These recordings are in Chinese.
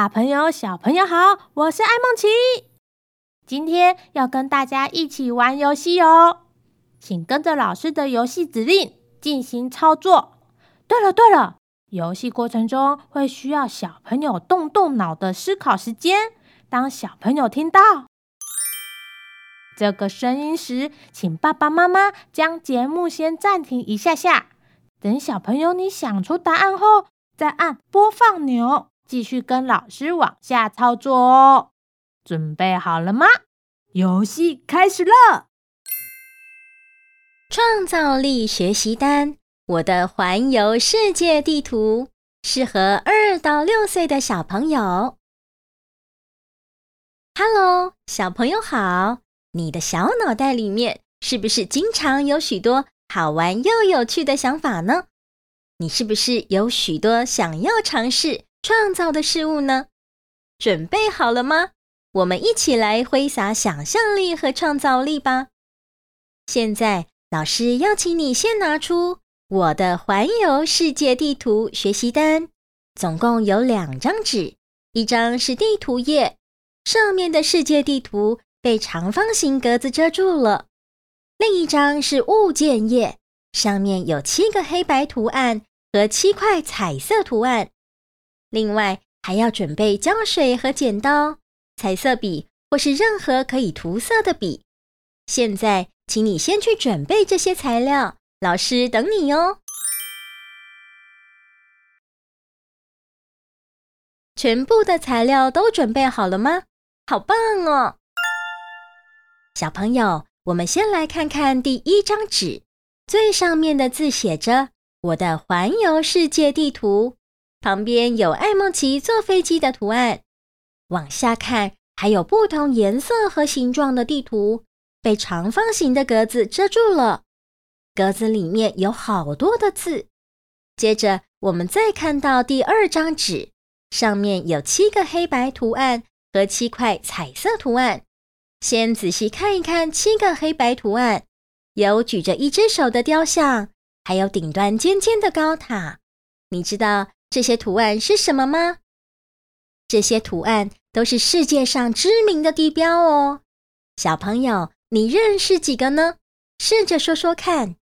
大朋友、小朋友好，我是艾梦琪。今天要跟大家一起玩游戏哦，请跟着老师的游戏指令进行操作。对了，游戏过程中会需要小朋友动脑的思考时间。当小朋友听到这个声音时，请爸爸妈妈将节目先暂停一下，等小朋友你想出答案后，再按播放钮，继续跟老师往下操作哦。准备好了吗？游戏开始了！ 创造力学习单，我的环游世界地图，适合2到6岁的小朋友。Hello， 小朋友好，你的小脑袋里面是不是经常有许多好玩又有趣的想法呢？你是不是有许多想要尝试创造的事物呢？准备好了吗？我们一起来挥洒想象力和创造力吧。现在，老师邀请你先拿出我的环游世界地图学习单，总共有2张纸，一张是地图页，上面的世界地图被长方形格子遮住了；另一张是物件页，上面有7个黑白图案和7块彩色图案。另外，还要准备胶水和剪刀、彩色笔或是任何可以涂色的笔。现在，请你先去准备这些材料，老师等你哦。全部的材料都准备好了吗？好棒哦！小朋友，我们先来看看第1张纸，最上面的字写着“我的环游世界地图”，旁边有艾梦琪坐飞机的图案。往下看，还有不同颜色和形状的地图，被长方形的格子遮住了。格子里面有好多的字。接着，我们再看到第2张纸，上面有7个黑白图案和7块彩色图案。先仔细看一看7个黑白图案，有举着1只手的雕像，还有顶端尖尖的高塔。你知道这些图案是什么吗？这些图案都是世界上知名的地标哦。小朋友，你认识几个呢？试着说说看。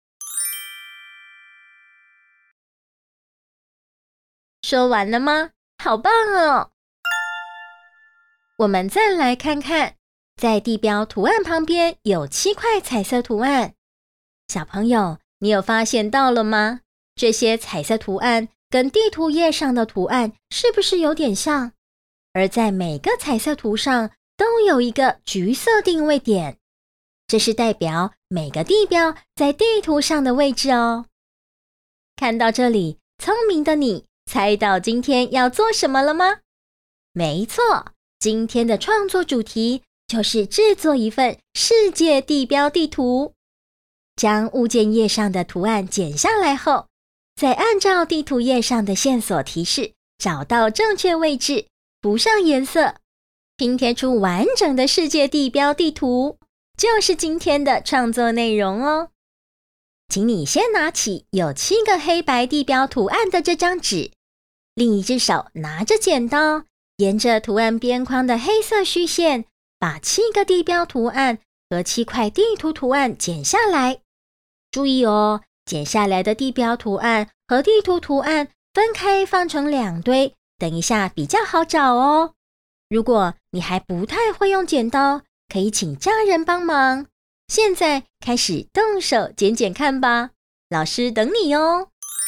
说完了吗？好棒哦！我们再来看看，在地标图案旁边有7块彩色图案。小朋友，你有发现到了吗？这些彩色图案跟地图页上的图案是不是有点像？而在每个彩色图上都有一个橘色定位点，这是代表每个地标在地图上的位置哦。看到这里，聪明的你猜到今天要做什么了吗？没错，今天的创作主题就是制作一份世界地标地图。将物件页上的图案剪下来后，再按照地图页上的线索提示，找到正确位置，涂上颜色，拼贴出完整的世界地标地图，就是今天的创作内容哦。请你先拿起有7个黑白地标图案的这张纸，另一只手拿着剪刀，沿着图案边框的黑色虚线，把7个地标图案和7块地图图案剪下来。注意哦，剪下来的地标图案和地图图案分开放成2堆，等一下比较好找哦。如果你还不太会用剪刀，可以请家人帮忙。现在开始动手剪剪看吧，老师等你哦。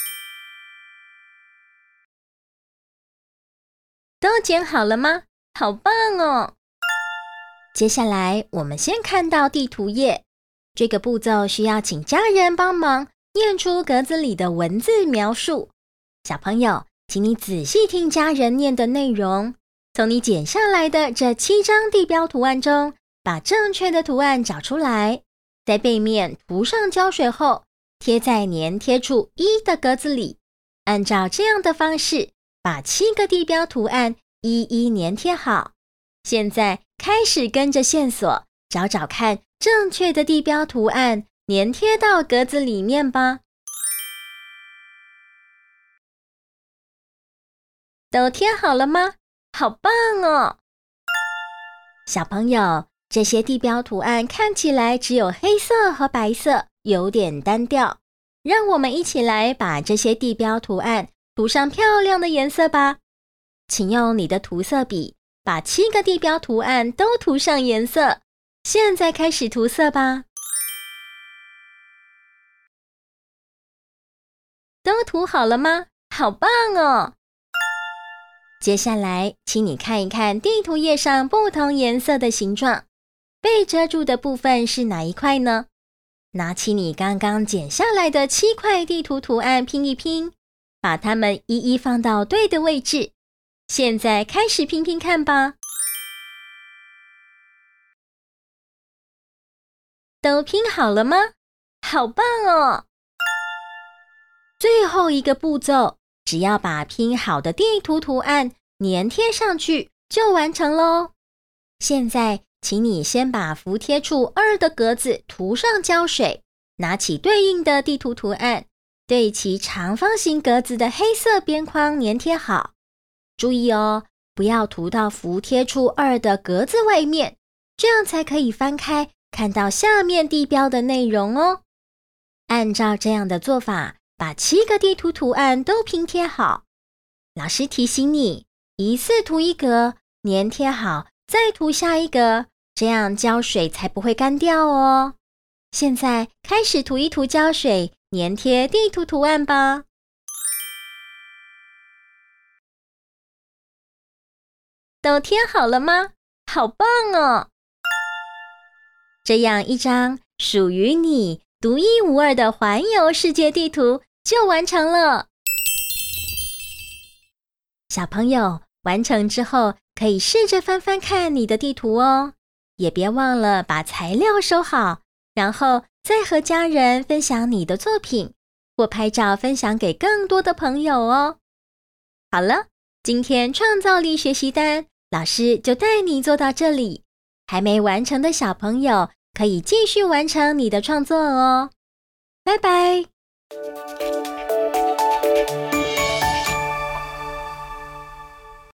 都剪好了吗？好棒哦！接下来我们先看到地图页，这个步骤需要请家人帮忙念出格子里的文字描述。小朋友，请你仔细听家人念的内容，从你剪下来的这7张地标图案中，把正确的图案找出来，在背面涂上胶水后，贴在粘贴处1的格子里。按照这样的方式，把7个地标图案一一粘贴好。现在开始跟着线索，找找看正确的地标图案，粘贴到格子里面吧。都贴好了吗？ 好棒哦！小朋友，这些地标图案看起来只有黑色和白色，有点单调。让我们一起来把这些地标图案涂上漂亮的颜色吧。请用你的涂色笔把7个地标图案都涂上颜色。现在开始涂色吧。都涂好了吗？好棒哦！接下来，请你看一看地图页上不同颜色的形状，被遮住的部分是哪一块呢？拿起你刚刚剪下来的7块地图图案拼一拼，把它们一一放到对的位置。现在开始拼拼看吧。都拼好了吗？好棒哦！最后一个步骤，只要把拼好的地图图案粘贴上去，就完成咯。现在，请你先把服贴处2的格子涂上胶水，拿起对应的地图图案，对其长方形格子的黑色边框粘贴好。注意哦，不要涂到服贴处2的格子外面，这样才可以翻开，看到下面地标的内容哦。按照这样的做法，把7个地图图案都拼贴好。老师提醒你，一次涂一格，粘贴好，再涂下一格，这样胶水才不会干掉哦。现在开始涂一涂胶水，粘贴地图图案吧。都贴好了吗？好棒哦！这样一张属于你独一无二的环游世界地图就完成了。小朋友，完成之后可以试着翻翻看你的地图哦，也别忘了把材料收好，然后再和家人分享你的作品，或拍照分享给更多的朋友哦。好了，今天创造力学习单，老师就带你做到这里。还没完成的小朋友，可以继续完成你的创作哦。拜拜。